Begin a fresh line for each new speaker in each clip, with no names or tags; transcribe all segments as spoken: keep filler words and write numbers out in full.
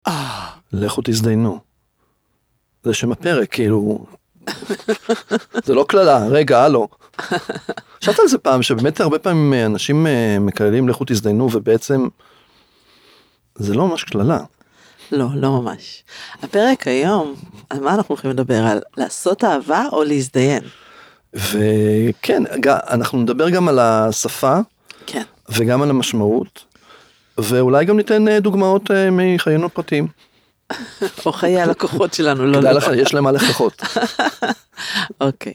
אה, לכו תזדיינו. זה שם הפרק, כאילו, זה לא כללה, רגע, הלו. חשבת על זה פעם, שבאמת הרבה פעמים אנשים מקללים לכו תזדיינו, ובעצם זה לא ממש כללה.
לא, לא ממש. הפרק היום, על מה אנחנו הולכים לדבר? על לעשות אהבה או להזדיין?
וכן, אנחנו נדבר גם על השפה,
כן.
וגם על המשמעות, ואולי גם ניתן דוגמאות מחיינו פרטיים.
או חיי הלקוחות שלנו, לא,
כדאי
לא.
לך, יש להם מה לחכות.
אוקיי.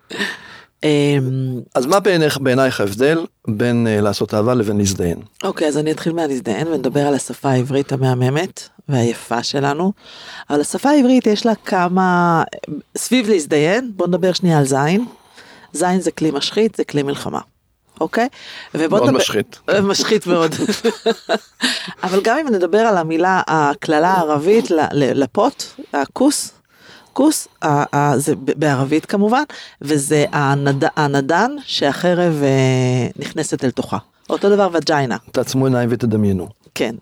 אז מה בעינייך, בעינייך ההבדל בין לעשות אהבה לבין להזדיין?
אוקיי, אז אני אתחיל מהלהזדיין ונדבר על השפה העברית המהממת והיפה שלנו. אבל השפה העברית יש לה כמה, סביב להזדיין, בוא נדבר שנייה על זין. זין זה כלי משחית, זה כלי מלחמה. אוקיי?
מאוד נדבר... משחית.
משחית מאוד. אבל גם אם נדבר על המילה, הכללה הערבית לפוט, הכוס, כוס, זה בערבית כמובן, וזה הנד... הנדן שהחרב נכנסת אל תוכה. אותו דבר וג'יינה.
תעצמו עיניים ותדמיינו.
כן.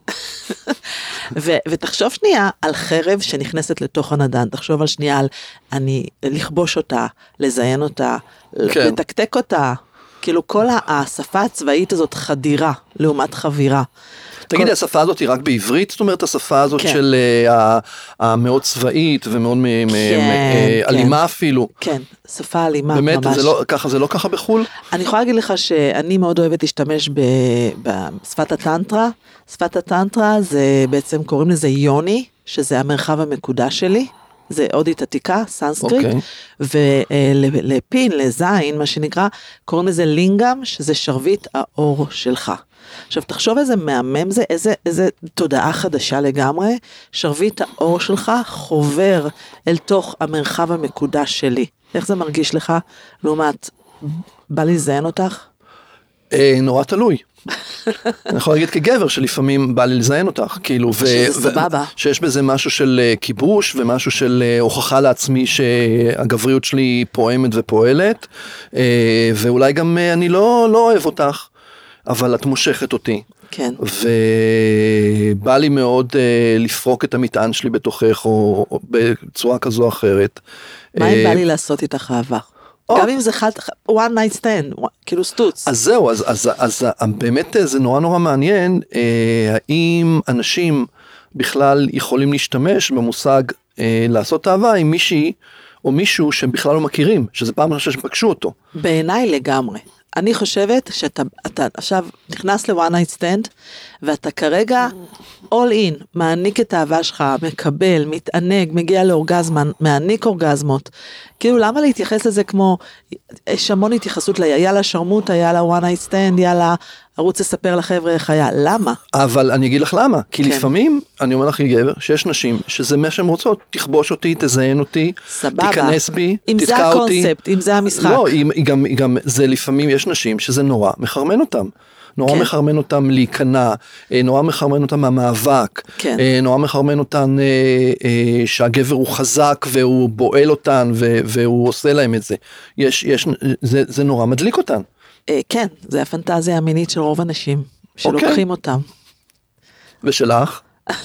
ו- ותחשוב שנייה על חרב שנכנסת לתוך הנדן, תחשוב על שנייה על אני לכבוש אותה, לזיין אותה, כן. לתקתק אותה, כאילו כל השפה הצבאית הזאת חדירה, לעומת חבירה.
תגידי, כל... השפה הזאת היא רק בעברית? זאת אומרת, השפה הזאת כן. של uh, המאוד צבאית ומאוד כן, מ- כן. אלימה אפילו.
כן, שפה אלימה
באמת,
ממש.
זה לא, ככה, זה לא ככה בחול?
אני יכולה להגיד לך שאני מאוד אוהבת להשתמש ב- בשפת הטנטרה. שפת הטנטרה זה בעצם קוראים לזה יוני, שזה המרחב המקודש שלי. זה הודית עתיקה, סנסקריט, okay. ולפין, לזין, מה שנקרא, קוראים לזה לינגם, שזה שרביט האור שלך. עכשיו, תחשוב איזה מהמם זה, איזה, איזה תודעה חדשה לגמרי, שרביט האור שלך חובר אל תוך המרחב המקודש שלי. איך זה מרגיש לך? לעומת, בא לי לזיין אותך?
אה, נורא תלוי. אני יכול להגיד כגבר שלפעמים בא לי לזיין אותך, כאילו,
שזה סבבה.
שיש בזה משהו של כיבוש ומשהו של הוכחה לעצמי שהגבריות שלי פועמת ופועלת, ואולי גם אני לא, לא אוהב אותך, אבל את מושכת אותי.
כן.
ובא לי מאוד לפרוק את המטען שלי בתוכך, או, או בצורה כזו או אחרת.
מה אם בא לי לעשות איתך אהבה? גם אם זה חד, one night stand, כאילו סטוץ.
אז זהו, אז, אז, אז, אז באמת זה נורא נורא מעניין, אה, האם אנשים בכלל יכולים להשתמש במושג אה, לעשות אהבה עם מישהי או מישהו שהם בכלל לא מכירים, שזה פעם ראשונה שפגשו אותו.
בעיניי לגמרי. אני חושבת שאתה אתה עכשיו נכנס ל-one night stand, ואתה כרגע all in, מעניק את האהבה שלך, מקבל, מתענג, מגיע לאורגזמה, מעניק אורגזמות. כאילו למה להתייחס לזה כמו, יש המון התייחסות ל, יאללה שרמוטה, יאללה one night stand, יאללה ערוץ לספר לחבר'ה איך היה, למה?
אבל אני אגיד לך למה, כי כן. לפעמים, אני אומר לך גבר, שיש נשים, שזה מה שהן רוצות, תכבוש אותי, תזיין אותי,
סבבה.
תיכנס בי,
אם
תתקע
זה
אותי.
הקונספט, אם זה המשחק.
לא, היא, היא גם, היא גם, זה לפעמים יש נשים שזה נורא מחרמן אותם. נורא כן. מחרמן אותם להיכנע, נורא מחרמן אותם מהמאבק,
כן.
נורא מחרמן אותם שהגבר הוא חזק והוא בועל אותן והוא עושה להם את זה. יש, יש, זה, זה נורא מדליק אותן.
כן, זה הפנטזיה המינית של רוב אנשים, שלוקחים אותם.
ושלך?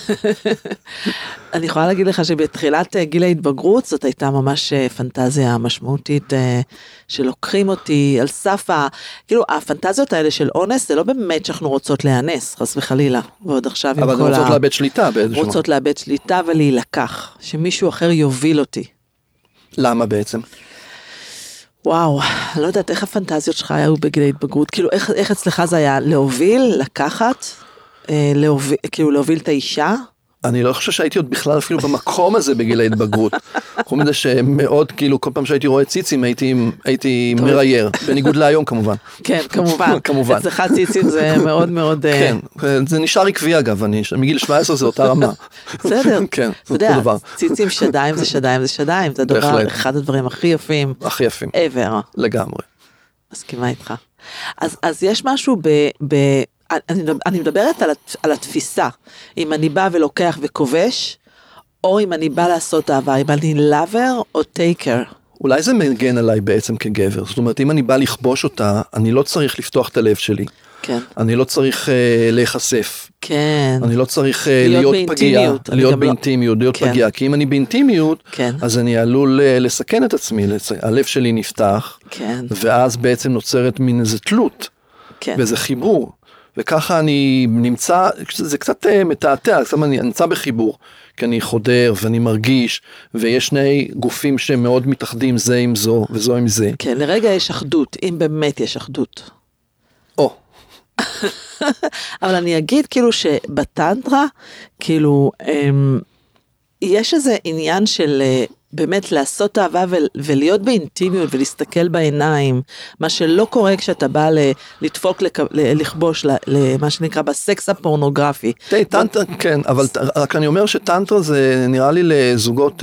אני יכולה להגיד לך שבתחילת גיל ההתבגרות, זאת הייתה ממש פנטזיה משמעותית, שלוקחים אותי על סף, כאילו הפנטזיות האלה של אונס, זה לא באמת שאנחנו רוצות להיאנס, חס וחלילה, ועוד עכשיו עם כל ה...
אבל רוצות לאבד שליטה באיזשהו...
רוצות לאבד שליטה ולהילקח, שמישהו אחר יוביל אותי.
למה בעצם?
וואו, אני לא יודעת איך הפנטזיות שלך היו בגיל ההתבגרות, כאילו איך, איך אצלך זה היה להוביל, לקחת, אה, להוביל, כאילו להוביל את האישה?
אני לא חושב שהייתי עוד בכלל אפילו במקום הזה בגיל ההתבגרות. חוץ מזה שמאוד, כאילו, כל פעם שהייתי רואה ציצים, הייתי, הייתי מרייר, בניגוד להיום כמובן.
כן, כמובן.
כמובן.
אצלך ציצים זה מאוד מאוד...
כן, זה נשאר עקבי אגב, אני, מגיל שבע עשרה זה אותה רמה.
בסדר.
כן, זה אותו דבר.
ציצים שדיים זה שדיים זה שדיים, זה דבר, אחד הדברים הכי יפים.
הכי יפים.
ever.
לגמרי.
מסכימה איתך. אז, אז יש משהו ב... ב אני, אני מדברת על, על התפיסה, אם אני בא ולוקח וכובש, או אם אני בא לעשות אהבה, אם אני lover או taker.
אולי זה מגן עליי בעצם כגבר, זאת אומרת, אם אני בא לכבוש אותה, אני לא צריך לפתוח את הלב שלי.
כן.
אני לא צריך אה, להיחשף.
כן.
אני לא צריך אה, להיות, להיות פגיע, להיות באינטימיות, לא... להיות כן. פגיע, כי אם אני באינטימיות, כן. אז אני עלול לסכן את עצמי, לצ... הלב שלי נפתח, כן. ואז בעצם נוצרת מין איזה תלות, כן. ואיזה חיבור, וככה אני נמצא, זה קצת מתעתע, אני נמצא בחיבור, כי אני חודר ואני מרגיש, ויש שני גופים שמאוד מתאחדים זה עם זו וזו עם זה.
כן, לרגע יש אחדות, אם באמת יש אחדות.
או.
אבל אני אגיד כאילו שבטנטרה, כאילו, יש איזה עניין של באמת לעשות אהבה ולהיות באינטימיות ולהסתכל בעיניים, מה שלא קורה כשאתה בא לדפוק, לכבוש, למה שנקרא בסקס הפורנוגרפי.
טנטרה, כן, אבל רק אני אומר שטנטרה זה נראה לי לזוגות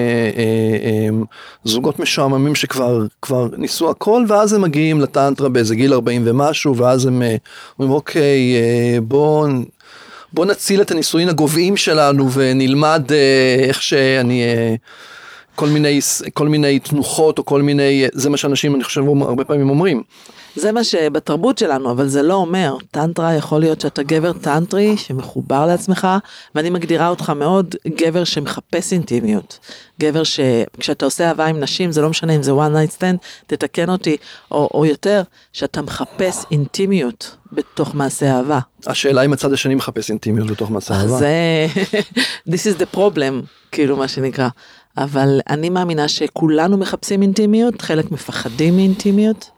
זוגות משועממים שכבר ניסו הכל, ואז הם מגיעים לטנטרה באיזה גיל ארבעים ומשהו, ואז הם אומרים, אוקיי, בואו... בוא נציל את הניסויים הגובעים שלנו ונלמד איך שאני... כל מיני, כל מיני תנוחות, או כל מיני, זה מה שאנשים, אני חושב, הרבה פעמים אומרים.
זה מה שבתרבות שלנו, אבל זה לא אומר. טנטרה יכול להיות שאתה גבר טנטרי, שמחובר לעצמך, ואני מגדירה אותך מאוד גבר שמחפש אינטימיות. גבר שכשאתה עושה אהבה עם נשים, זה לא משנה אם זה one night stand, תתקן אותי, או, או יותר, שאתה מחפש אינטימיות בתוך מעשה אהבה.
השאלה אם הצד השני מחפש אינטימיות בתוך מעשה אהבה.
זה, this is the problem, כאילו מה שנקרא. אבל אני מאמינה שכולנו מחפשים אינטימיות, חלק מפחדים מאינטימיות.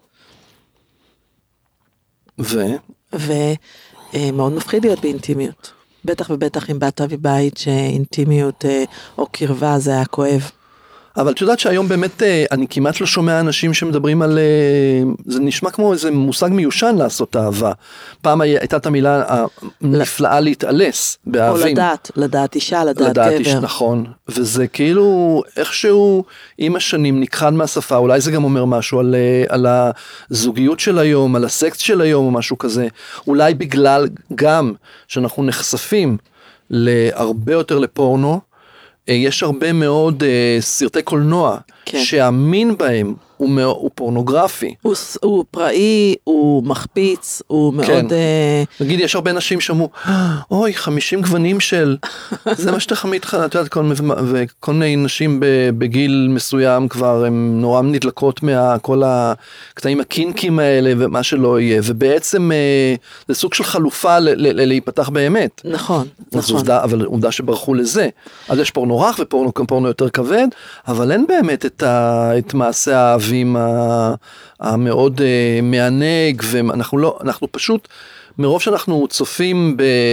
ו?
ומאוד מפחיד להיות באינטימיות. בטח ובטח אם באת מבית שאינטימיות או קרבה זה היה כואב.
אבל את יודעת שהיום באמת אני כמעט לא שומע אנשים שמדברים על, זה נשמע כמו איזה מושג מיושן לעשות אהבה. פעם הייתה את המילה הנפלאה להתעלס באהבים.
או לדעת, לדעת אישה, לדעת, לדעת גבר. איש,
נכון, וזה כאילו איכשהו עם השנים נכחד מהשפה, אולי זה גם אומר משהו על, על הזוגיות של היום, על הסקס של היום או משהו כזה. אולי בגלל גם שאנחנו נחשפים להרבה יותר לפורנו, יש הרבה מאוד uh, סרטי קולנוע, כן. שהמין בהם הוא, מא... הוא פורנוגרפי.
הוא, הוא פראי, הוא מחפיץ, הוא מאוד... כן. Uh...
נגיד, יש הרבה נשים שאמרו, אוי, חמישים גוונים של... זה מה שתחמית לך, את יודעת, כל, וכל מיני נשים בגיל מסוים כבר, הן נורא נדלקות מכל הקטעים הקינקים האלה, ומה שלא יהיה, ובעצם uh, זה סוג של חלופה ל- ל- ל- להיפתח באמת.
נכון, נכון.
עובדה, אבל עובדה שברחו לזה. אז יש פורנו רך ופורנו פורנו יותר כבד, אבל אין באמת את, ה, את מעשה האהבים המאוד מענג, ואנחנו לא, אנחנו פשוט, מרוב שאנחנו צופים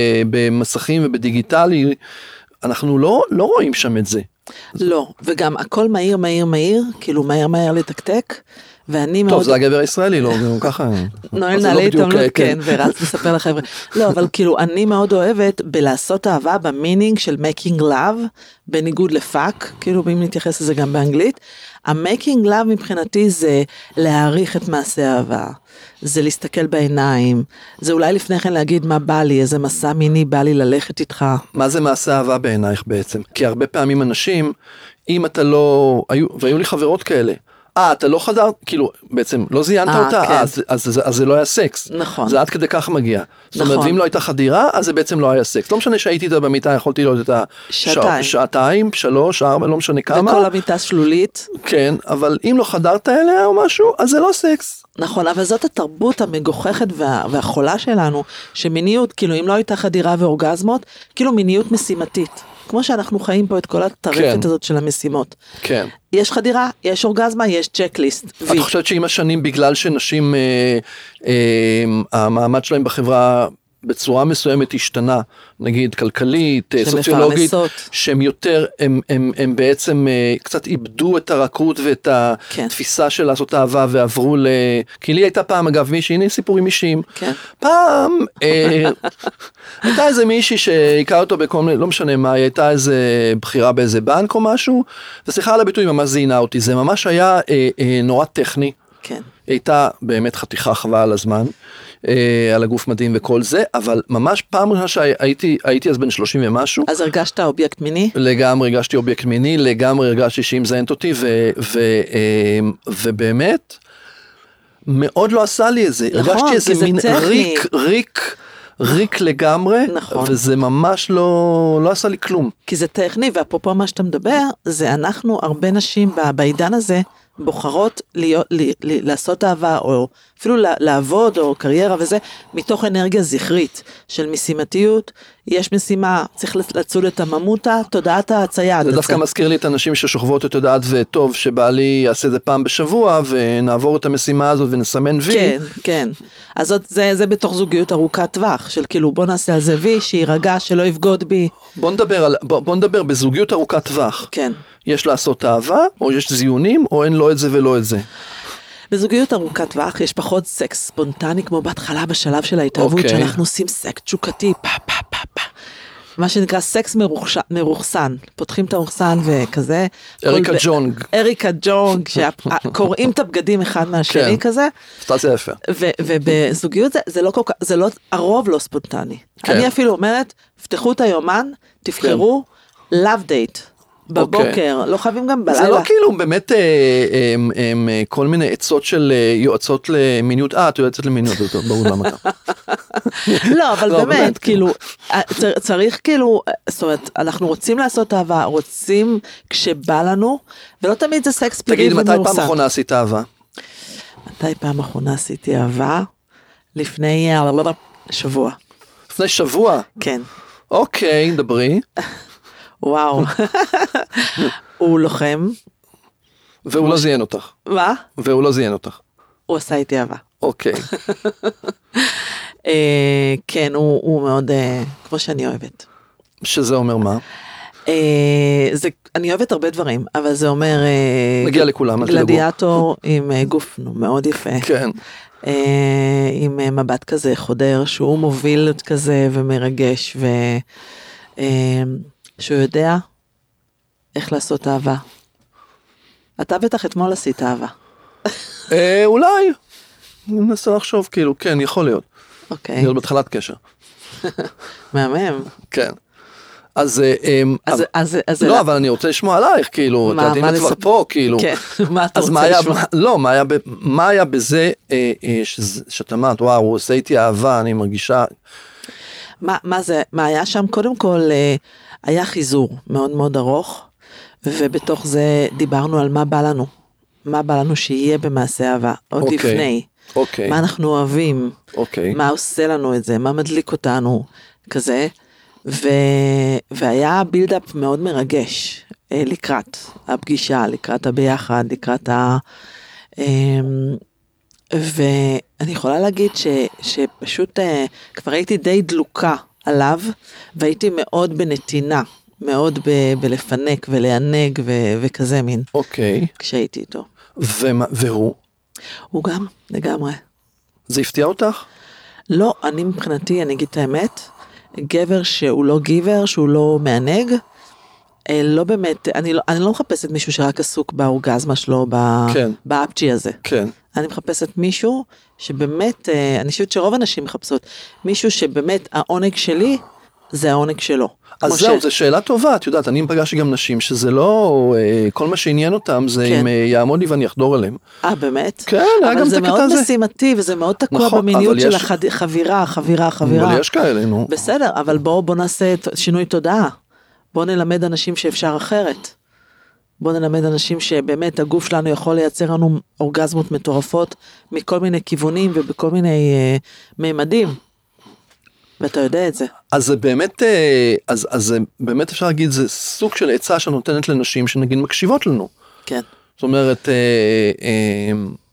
במסכים ובדיגיטלי, אנחנו לא, לא רואים שם את זה.
לא, וגם הכל מהיר, מהיר, מהיר, כאילו מהר, מהר לתקתק, ואני מאוד...
טוב, זה הגבר הישראלי, לא, ככה...
נועל נעלי התעמלות, כן, ורץ לספר לחבר'ה. לא, אבל כאילו, אני מאוד אוהבת בלעשות אהבה במינינג של making love, בניגוד לפאק, כאילו, אם נתייחס לזה גם באנגלית, ה-making love מבחינתי זה להעריך את מעשה האהבה, זה להסתכל בעיניים, זה אולי לפני כן להגיד מה בא לי, איזה מסע מיני בא לי ללכת איתך.
מה זה מעשה אהבה בעינייך בעצם? כי הרבה פעמים אנשים, אם אתה לא... והיו לי חברות כאלה, אה, אתה לא חדר, כאילו, בעצם לא זיינת 아, אותה, כן. אז, אז, אז, אז זה לא היה סקס.
נכון.
זה עד כדי כך מגיע.
נכון.
זאת אומרת, ואם לא הייתה חדירה, אז זה בעצם לא היה סקס. לא משנה שהייתי איתה במיטה, יכולתי לראות את
שעתיים.
ש... שעתיים, שלוש, ארבע, לא משנה כמה.
וכל המיטה שלולית.
כן, אבל אם לא חדרת אליה או משהו, אז זה לא סקס.
נכון, אבל זאת התרבות המגוחכת וה, והחולה שלנו, שמיניות, כאילו, אם לא הייתה חדירה ואורגזמות, כאילו מיניות משימתית. כמו שאנחנו חיים פה את כל הטרפת כן. הזאת של המשימות.
כן.
יש חדירה, יש אורגזמה, יש צ'קליסט.
את חושבת שעם השנים, בגלל שנשים, אה, אה, המעמד שלהם בחברה בצורה מסוימת השתנה, נגיד כלכלית, סוציולוגית, שהם יותר, הם, הם, הם בעצם אה, קצת איבדו את הרכות ואת התפיסה כן. של לעשות אהבה, ועברו ל... כי לי הייתה פעם, אגב, מישהי, הנה סיפורים אישיים.
כן.
פעם, אה, הייתה איזה מישהי שהכר אותו בכל מיני, לא משנה מה, הייתה איזה בחירה באיזה בנק או משהו, וסליחה על הביטוי, ממש זינה אותי, זה ממש היה אה, אה, נורא טכני.
כן.
הייתה באמת חתיכה חווה על הזמן, על הגוף מדהים וכל זה, אבל ממש פעם ראשונה שהייתי, הייתי אז בן שלושים ומשהו.
אז הרגשת אובייקט מיני?
לגמרי הרגשתי אובייקט מיני, לגמרי הרגשתי שהיא מזיינת אותי, ו, ו, ובאמת, מאוד לא עשה לי את זה.
נכון,
הרגשתי איזה מין
טכני.
ריק, ריק, ריק לגמרי,
נכון.
וזה ממש לא, לא עשה לי כלום.
כי זה טכני, ואפרופו מה שאתה מדבר, זה אנחנו, הרבה נשים בעידן הזה, בוחרות להיות, ל, ל, לעשות אהבה, או אפילו לעבוד, או קריירה וזה, מתוך אנרגיה זכרית, של משימתיות, יש משימה, צריך לצוד את הממותה, תודעת הצייד.
זה דווקא מזכיר לי את הנשים ששוכבות את תודעת וטוב, שבעלי יעשה זה פעם בשבוע, ונעבור את המשימה הזאת ונסמן וי.
כן, כן. אז זאת, זה, זה בתוך זוגיות ארוכת טווח, של כאילו בוא נעשה על זה וי, שירגע, שלא יבגוד בי.
בוא נדבר, על, בוא, בוא נדבר בזוגיות ארוכת טווח.
כן.
יש לעשות אהבה, או יש זיונים, או אין לא את זה ולא את זה.
בזוגיות ארוכת טווח יש פחות סקס ספונטני, כמו בהתחלה בשלב של ההתאהבות,
אוקיי.
שאנחנו עושים סקס תשוקתי, פה פה פה פה. מה שנקרא סקס מרוחש, מרוחסן, פותחים את המרוחסן וכזה.
אריקה
כל...
ג'ונג.
אריקה ג'ונג, שקוראים את הבגדים אחד מהשני
כן.
כזה.
סטציה יפה.
ו- ובזוגיות זה, זה לא כל כך, זה לא, הרוב לא ספונטני.
כן.
אני אפילו אומרת, פתחו את היומן, תבחרו love date. בבוקר, okay. לא חייבים גם בלילה.
זה לא כאילו באמת אה, אה, אה, אה, כל מיני עצות של אה, יועצות למיניות, אה, את יועצת למיניות, ברור למה ככה.
לא, אבל
לא,
באמת,
באמת,
כאילו, צר, צריך כאילו, זאת אומרת, אנחנו רוצים לעשות אהבה, רוצים כשבא לנו, ולא תמיד זה סקס פלילי
ומורסם. תגיד, מתי פעם
ומורסם.
אחרונה עשית אהבה?
מתי פעם אחרונה עשיתי אהבה? לפני שבוע.
לפני שבוע?
כן.
אוקיי, דברי.
וואו. הוא לוחם.
והוא לא זיין אותך.
מה?
והוא לא זיין אותך.
הוא עשה איתי אהבה.
אוקיי.
אה, כן, הוא, הוא מאוד, אה, כמו שאני אוהבת.
שזה אומר מה?
אה, זה, אני אוהבת הרבה דברים, אבל זה אומר... אה,
מגיע לכולם, אל תדאגו.
גלדיאטור עם אה, גוף נו, מאוד יפה.
כן.
אה, עם אה, מבט כזה חודר, שהוא מוביל כזה ומרגש, ו... אה, שהוא יודע איך לעשות אהבה. אתה בטח אתמול עשית אהבה.
אה, אולי. אני מנסה לחשוב, כאילו, כן, יכול להיות.
אוקיי.
להיות בתחילת קשר.
מהמם.
כן. אז... אה,
אז, אז, אז
לא, אבל אני רוצה לשמוע עלייך, כאילו,
מה,
אתה
מה
יודעים כבר
לספר?
פה, כאילו.
כן, מה אתה
אז
רוצה
מה היה,
לשמוע?
לא, מה היה, ב- מה היה בזה, אה, אה, שזה- שאת אמרת, וואו, הוא עושה איתי אהבה, אני מרגישה...
מה, מה זה, מה היה שם? קודם כל, אה, היה חיזור מאוד מאוד ארוך, ובתוך זה דיברנו על מה בא לנו. מה בא לנו שיהיה במעשה אהבה, עוד
אוקיי.
לפני.
אוקיי.
מה אנחנו אוהבים,
אוקיי.
מה עושה לנו את זה, מה מדליק אותנו, כזה. ו... והיה בילדאפ מאוד מרגש אה, לקראת הפגישה, לקראת הביחד, לקראת ה... אה, ואני יכולה להגיד ש... שפשוט אה, כבר הייתי די דלוקה עליו, והייתי מאוד בנתינה, מאוד ב... בלפנק ולענג ו... וכזה מין,
אוקיי.
כשהייתי איתו.
ומה- והוא?
הוא גם, לגמרי.
זה הפתיע אותך?
לא, אני מבחינתי, אני אגיד את האמת, גבר שהוא לא גיבר, שהוא לא מענג, אה, לא באמת, אני לא, אני לא מחפשת מישהו שרק עסוק באורגזמה שלו,
כן.
באפצ'י הזה.
כן.
אני מחפשת מישהו שבאמת, אה, אני חושבת שרוב הנשים מחפשות, מישהו שבאמת העונג שלי, זה העונג שלו.
אז
כמו
זהו,
ש-
זו שאלה טובה, את יודעת, אני פגשתי גם נשים שזה לא, אה, כל מה שעניין אותם זה
כן.
אם אה, יעמוד לי ואני אחדור עליהם.
אה, באמת?
כן, היה גם
אבל
את
זה
הקטע
מאוד
הזה.
משימתי, וזה מאוד תקוע
נכון,
במיניות
אבל
של
יש-
החבירה, חבירה, חבירה.
אבל יש כאלה, נו.
בסדר, אבל בואו בוא נעשה ת- שינוי תודעה. בואו נלמד אנשים שאפשר אחרת. בואו נלמד אנשים שבאמת הגוף שלנו יכול לייצר לנו אורגזמות מטורפות מכל מיני כיוונים ובכל מיני אה, מימדים. ואתה יודע את זה.
אז זה באמת, אה, אז, אז זה באמת אפשר להגיד, זה סוג של עצה שנותנת לנשים שנגיד מקשיבות לנו.
כן.
זאת אומרת, אה, אה,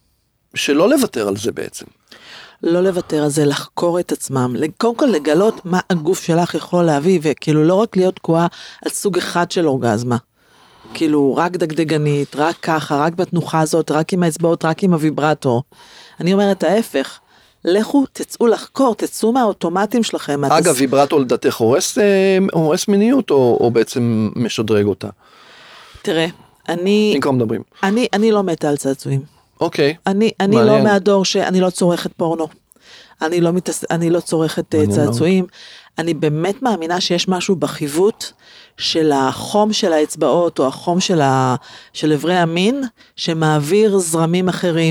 שלא לוותר על זה בעצם.
לא לוותר על זה, לחקור את עצמם, קודם כל לגלות מה הגוף שלך יכול להביא, וכאילו לא רק להיות תקועה על סוג אחד של אורגזמה. כאילו רק דגדגנית, רק ככה, רק בתנוחה הזאת, רק עם האצבעות, רק עם הוויברטור. אני אומרת ההפך, לכו, תצאו לחקור, תצאו מהאוטומטים שלכם.
אגב,
מהתס...
ויברטו לדעתך הורס, אה, הורס מיניות או, או בעצם משדרג אותה?
תראה, אני,
אם כבר מדברים.
אני, אני לא מתה על צעצועים.
אוקיי.
אני, אני
מעניין.
לא מהדור שאני לא צורכת פורנו. אני לא, מתס... אני לא צורכת אה,
מעניין
צעצועים. אני באמת מאמינה שיש משהו בחיווט של החום של האצבעות, או החום של, ה... של עברי המין, שמעביר זרמים אחרים,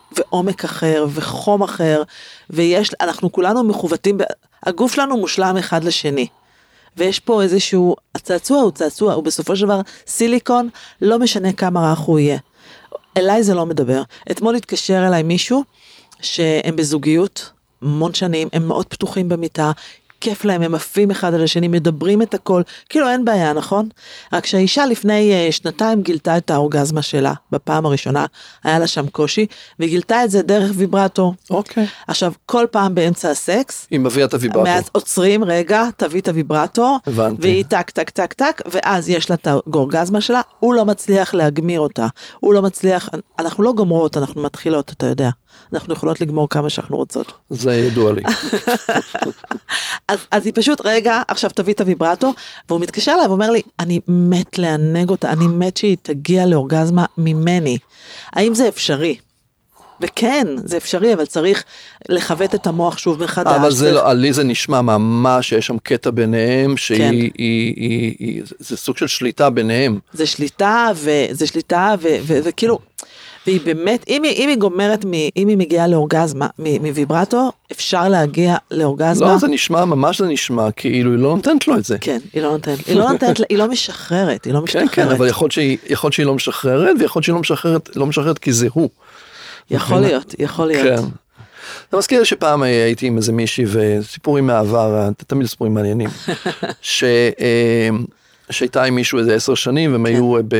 ועומק אחר, וחום אחר, ויש, אנחנו כולנו מכוותים, הגוף שלנו מושלם אחד לשני, ויש פה איזשהו, הצעצוע הוא צעצוע, הוא בסופו של דבר סיליקון, לא משנה כמה רך הוא יהיה. אליי זה לא מדבר. אתמול התקשר אליי מישהו, שהם בזוגיות, המון שנים, הם מאוד פתוחים במיטה, כיף להם, הם עפים אחד על השני, מדברים את הכל, כאילו אין בעיה, נכון? רק שהאישה לפני uh, שנתיים גילתה את האורגזמה שלה, בפעם הראשונה, היה לה שם קושי, והיא גילתה את זה דרך ויברטור.
אוקיי.
עכשיו, כל פעם באמצע הסקס,
היא מביאה את הוויברטור.
מעט עוצרים, רגע, תביא את הוויברטור,
הבנתי.
והיא טק, טק, טק, טק, ואז יש לה את האורגזמה שלה, הוא לא מצליח להגמיר אותה, הוא לא מצליח, אנחנו לא גומרות, אנחנו מתחילות, אתה יודע. אנחנו יכולות לגמור כמה שאנחנו רוצות.
זה ידוע לי.
אז, אז היא פשוט, רגע, עכשיו תביא את הוויברטור, והוא מתקשר אליי ואומר לי, אני מת לענג אותה, אני מת שהיא תגיע לאורגזמה ממני. האם זה אפשרי? וכן, זה אפשרי, אבל צריך לחוות את המוח שוב מחדש.
אבל זה
צריך...
לא, לי זה נשמע ממש שיש שם קטע ביניהם, שהיא,
כן.
היא, היא, היא, היא, זה סוג של שליטה ביניהם.
זה שליטה, וזה שליטה, ו, ו, וכאילו, והיא באמת, אם היא, אם היא גומרת, מ, אם היא מגיעה לאורגזמה, מ, מוויברטור, אפשר להגיע לאורגזמה.
לא, זה נשמע, ממש זה נשמע, כאילו היא לא נותנת לו את זה.
כן, היא לא נותנת, היא לא נותנת, היא לא משחררת, היא לא
כן,
משחררת.
כן, אבל יכול להיות שהיא, יכול להיות שהיא לא משחררת, ויכול להיות שהיא לא משחררת, לא משחררת כי זה הוא.
יכול להיות, יכול להיות.
כן. זה מזכיר שפעם הייתי עם איזה מישהי, וסיפורים מהעבר, תמיד סיפורים מעניינים, ש... שהייתה עם מישהו איזה עשר שנים, והם היו ב...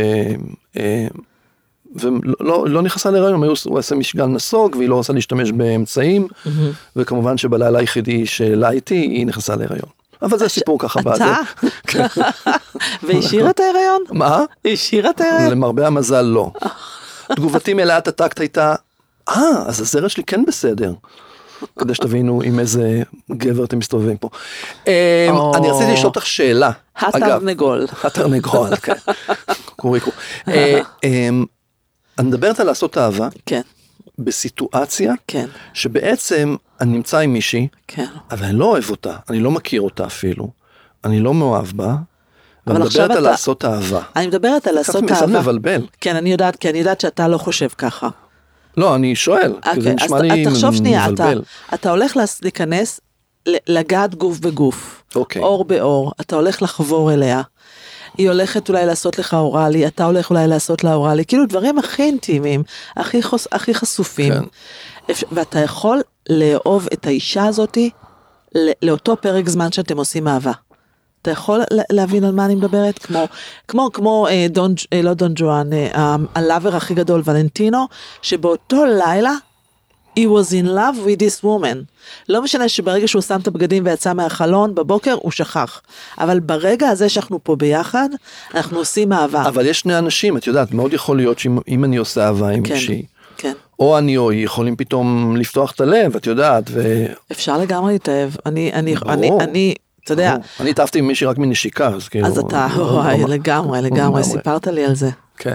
ולא לא נכנסה להיריון, הוא עשה משגל נסוג, והיא לא רוצה להשתמש באמצעים, וכמובן שבלילה היחידי שלה איתי, היא נכנסה להיריון. אבל זה סיפור ככה בעד.
אתה? והשאירה את ההיריון?
מה?
השאירה את ההיריון?
למרבה המזל לא. תגובתי מלאת הטקט הייתה, אה, אז הזרע שלי כן בסדר. כדי שתבינו עם איזה גבר אתם מסתובבים פה. אני רציתי לשאול אותך שאלה.
התרנגול.
התרנגול, כן. קוריקו. אני מדברת על לעשות אהבה.
כן.
בסיטואציה.
כן.
שבעצם אני נמצא עם מישהי.
כן.
אבל אני לא אוהב אותה. אני לא מכיר אותה אפילו. אני לא מאוהב בה. ואני מדברת על לעשות אהבה.
אני מדברת על לעשות אהבה.
קצת מבלבל.
כן, אני יודעת, כי אני יודעת שאתה לא חושב ככה.
לא, אני שואל, כי זה נשמע לי מבלבל.
תחשוב שנייה, אתה הולך להיכנס, לגעת גוף בגוף, אור באור, אתה הולך לחבור אליה, היא הולכת אולי לעשות לך אוראלי, אתה הולך אולי לעשות לה אוראלי, כאילו דברים הכי אינטימיים, הכי חשופים, ואתה יכול לאהוב את האישה הזאת, לאותו פרק זמן שאתם עושים אהבה. אתה יכול להבין על מה אני מדברת? כמו, כמו, כמו, אה, דון, אה, לא דון ג'ואן, אה, הלאבר הכי גדול, ולנטינו, שבאותו לילה, he was in love with this woman. לא משנה שברגע שהוא שם את הבגדים ויצא מהחלון, בבוקר הוא שכח. אבל ברגע הזה שאנחנו פה ביחד, אנחנו עושים אהבה.
אבל יש שני אנשים, את יודעת, מאוד יכול להיות שאם אני עושה אהבה עם
כן,
מישהי,
כן.
או אני או היא יכולים פתאום לפתוח את הלב, את יודעת, ו...
אפשר לגמרי להתאהב. אני, אני, אני, אני, אתה יודע.
אני התאהבתי עם מישהי רק מנשיקה, אז כאילו...
אז אתה, וואי, לגמרי, לגמרי, סיפרת לי על זה.
כן.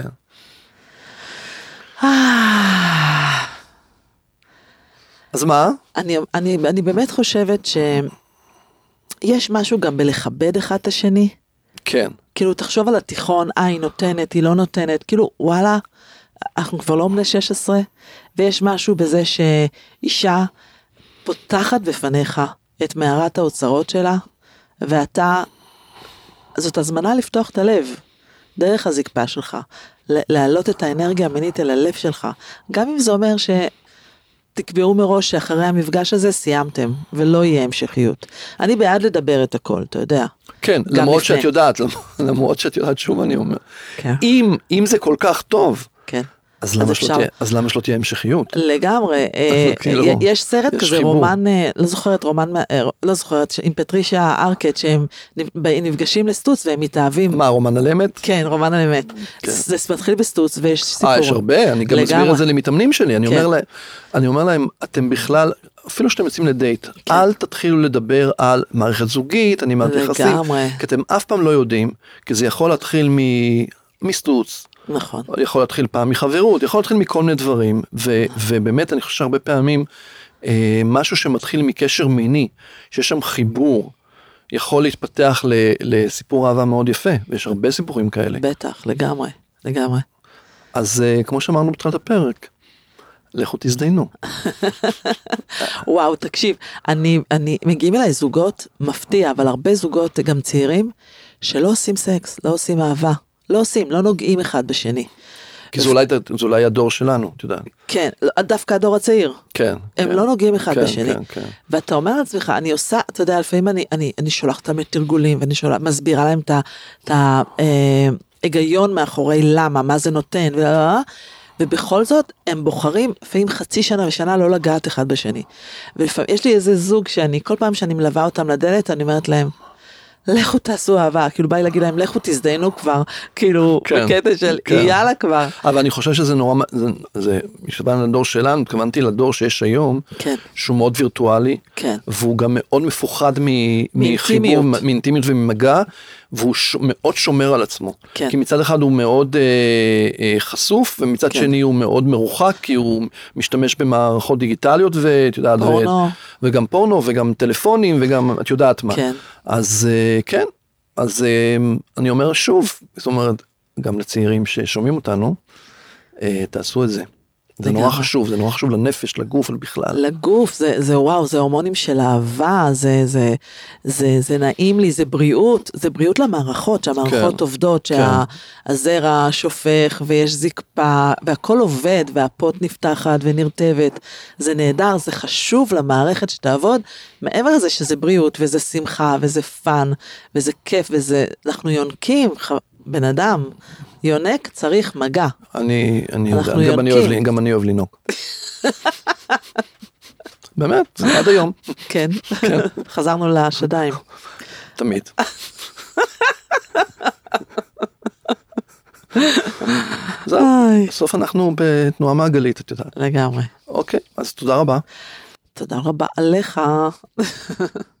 אז מה?
אני, אני, אני באמת חושבת שיש משהו גם בלכבד אחד את השני.
כן.
כאילו, תחשוב על התיכון, אה, היא נותנת, היא לא נותנת, כאילו, וואלה, אנחנו כבר לא בני שש עשרה, ויש משהו בזה שאישה פותחת בפניך את מערת האוצרות שלה, ואתה, זאת הזמנה לפתוח את הלב, דרך הזקפה שלך, להעלות את האנרגיה המינית אל הלב שלך, גם אם זה אומר שתקבעו מראש שאחרי המפגש הזה סיימתם, ולא יהיה המשכיות. אני בעד לדבר את הכל, אתה יודע.
כן, למרות שאת יודעת, למרות שאת יודעת שוב אני אומר, אם, אם זה כל כך טוב,
כן.
אז למה, שלא תהיה, אז למה שלא תהיה המשכיות?
לגמרי, יש סרט כזה רומן, לא זוכרת רומן, לא זוכרת, עם פטרישיה ארקט, שהם נפגשים לסטוץ והם מתאהבים.
מה, רומן על אמת?
כן, רומן על אמת. זה מתחיל בסטוץ ויש סיפור.
אה, יש הרבה, אני גם מסביר את זה למתאמנים שלי, אני אומר להם, אני אומר להם, אתם בכלל, אפילו שאתם יוצאים לדייט, אל תתחילו לדבר על מערכת זוגית, אני מערכת יחסים, כי אתם אף פעם לא יודעים, כי זה יכול להתחיל מסטוץ,
נכון.
יכול להתחיל פעם מחברות, יכול להתחיל מכל מיני דברים, ו, ובאמת אני חושב שהרבה פעמים, אה, משהו שמתחיל מקשר מיני, שיש שם חיבור, יכול להתפתח ל, לסיפור אהבה מאוד יפה, ויש הרבה סיפורים כאלה.
בטח, לגמרי, לגמרי.
אז אה, כמו שאמרנו בתחילת הפרק, לכו תזדיינו.
וואו, תקשיב, אני, אני, מגיעים אליי זוגות, מפתיע, אבל הרבה זוגות, גם צעירים, שלא עושים סקס, לא עושים אהבה, לא עושים, לא נוגעים אחד בשני.
כי זה אולי, זה אולי הדור שלנו, אתה יודע.
כן, דווקא הדור הצעיר.
כן.
הם
כן.
לא נוגעים אחד
כן,
בשני.
כן, כן.
ואתה אומר לעצמך, אני עושה, אתה יודע, לפעמים אני, אני, אני שולחת אותם לתרגולים, ואני שולח, מסבירה להם את ה, את ההיגיון מאחורי למה, מה זה נותן, ולא, ובכל זאת, הם בוחרים, לפעמים חצי שנה ושנה לא לגעת אחד בשני. ולפעמים, יש לי איזה זוג שאני, כל פעם שאני מלווה אותם לדלת, אני אומרת להם, לכו תעשו אהבה, כאילו בא לי להגיד להם, לכו תזדיינו כבר, כאילו,
כן,
בקטע של,
כן.
יאללה כבר.
אבל אני חושב שזה נורא, זה, זה משתבן לדור שלנו, התכוונתי לדור שיש היום,
כן.
שהוא מאוד וירטואלי,
כן.
והוא גם מאוד מפוחד מ,
מאינטימיות.
מחיבור, מאינטימיות וממגע, והוא ש, מאוד שומר על עצמו.
כן.
כי מצד אחד הוא מאוד אה, אה, חשוף, ומצד
כן.
שני הוא מאוד מרוחק, כי הוא משתמש במערכות דיגיטליות, ואת יודעת,
פורנו.
ו, וגם פורנו, וגם טלפונים, וגם, את יודעת מה.
כן.
אז אה, כן, אז אה, אני אומר שוב, זאת אומרת, גם לצעירים ששומעים אותנו, אה, תעשו את זה. זה נורא חשוב, זה נורא חשוב לנפש, לגוף, בכלל.
לגוף, זה, זה וואו, זה הורמונים של אהבה, זה, זה, זה, זה נעים לי, זה בריאות, זה בריאות למערכות, שהמערכות
כן,
עובדות, שהזרע שופך ויש זקפה, והכל עובד, והפות נפתחת ונרטבת, זה נהדר, זה חשוב למערכת שתעבוד, מעבר לזה שזה בריאות, וזה שמחה, וזה פן, וזה כיף, וזה, אנחנו יונקים, בן אדם, יונק צריך מגע.
אני, אני יודע, גם אני אוהב, גם אני אוהב לינוק. באמת, עד היום.
כן, חזרנו לשדיים.
תמיד. זהו, בסוף אנחנו בתנועה מעגלית, את יודעת.
לגמרי.
אוקיי, אז תודה רבה.
תודה רבה עליך.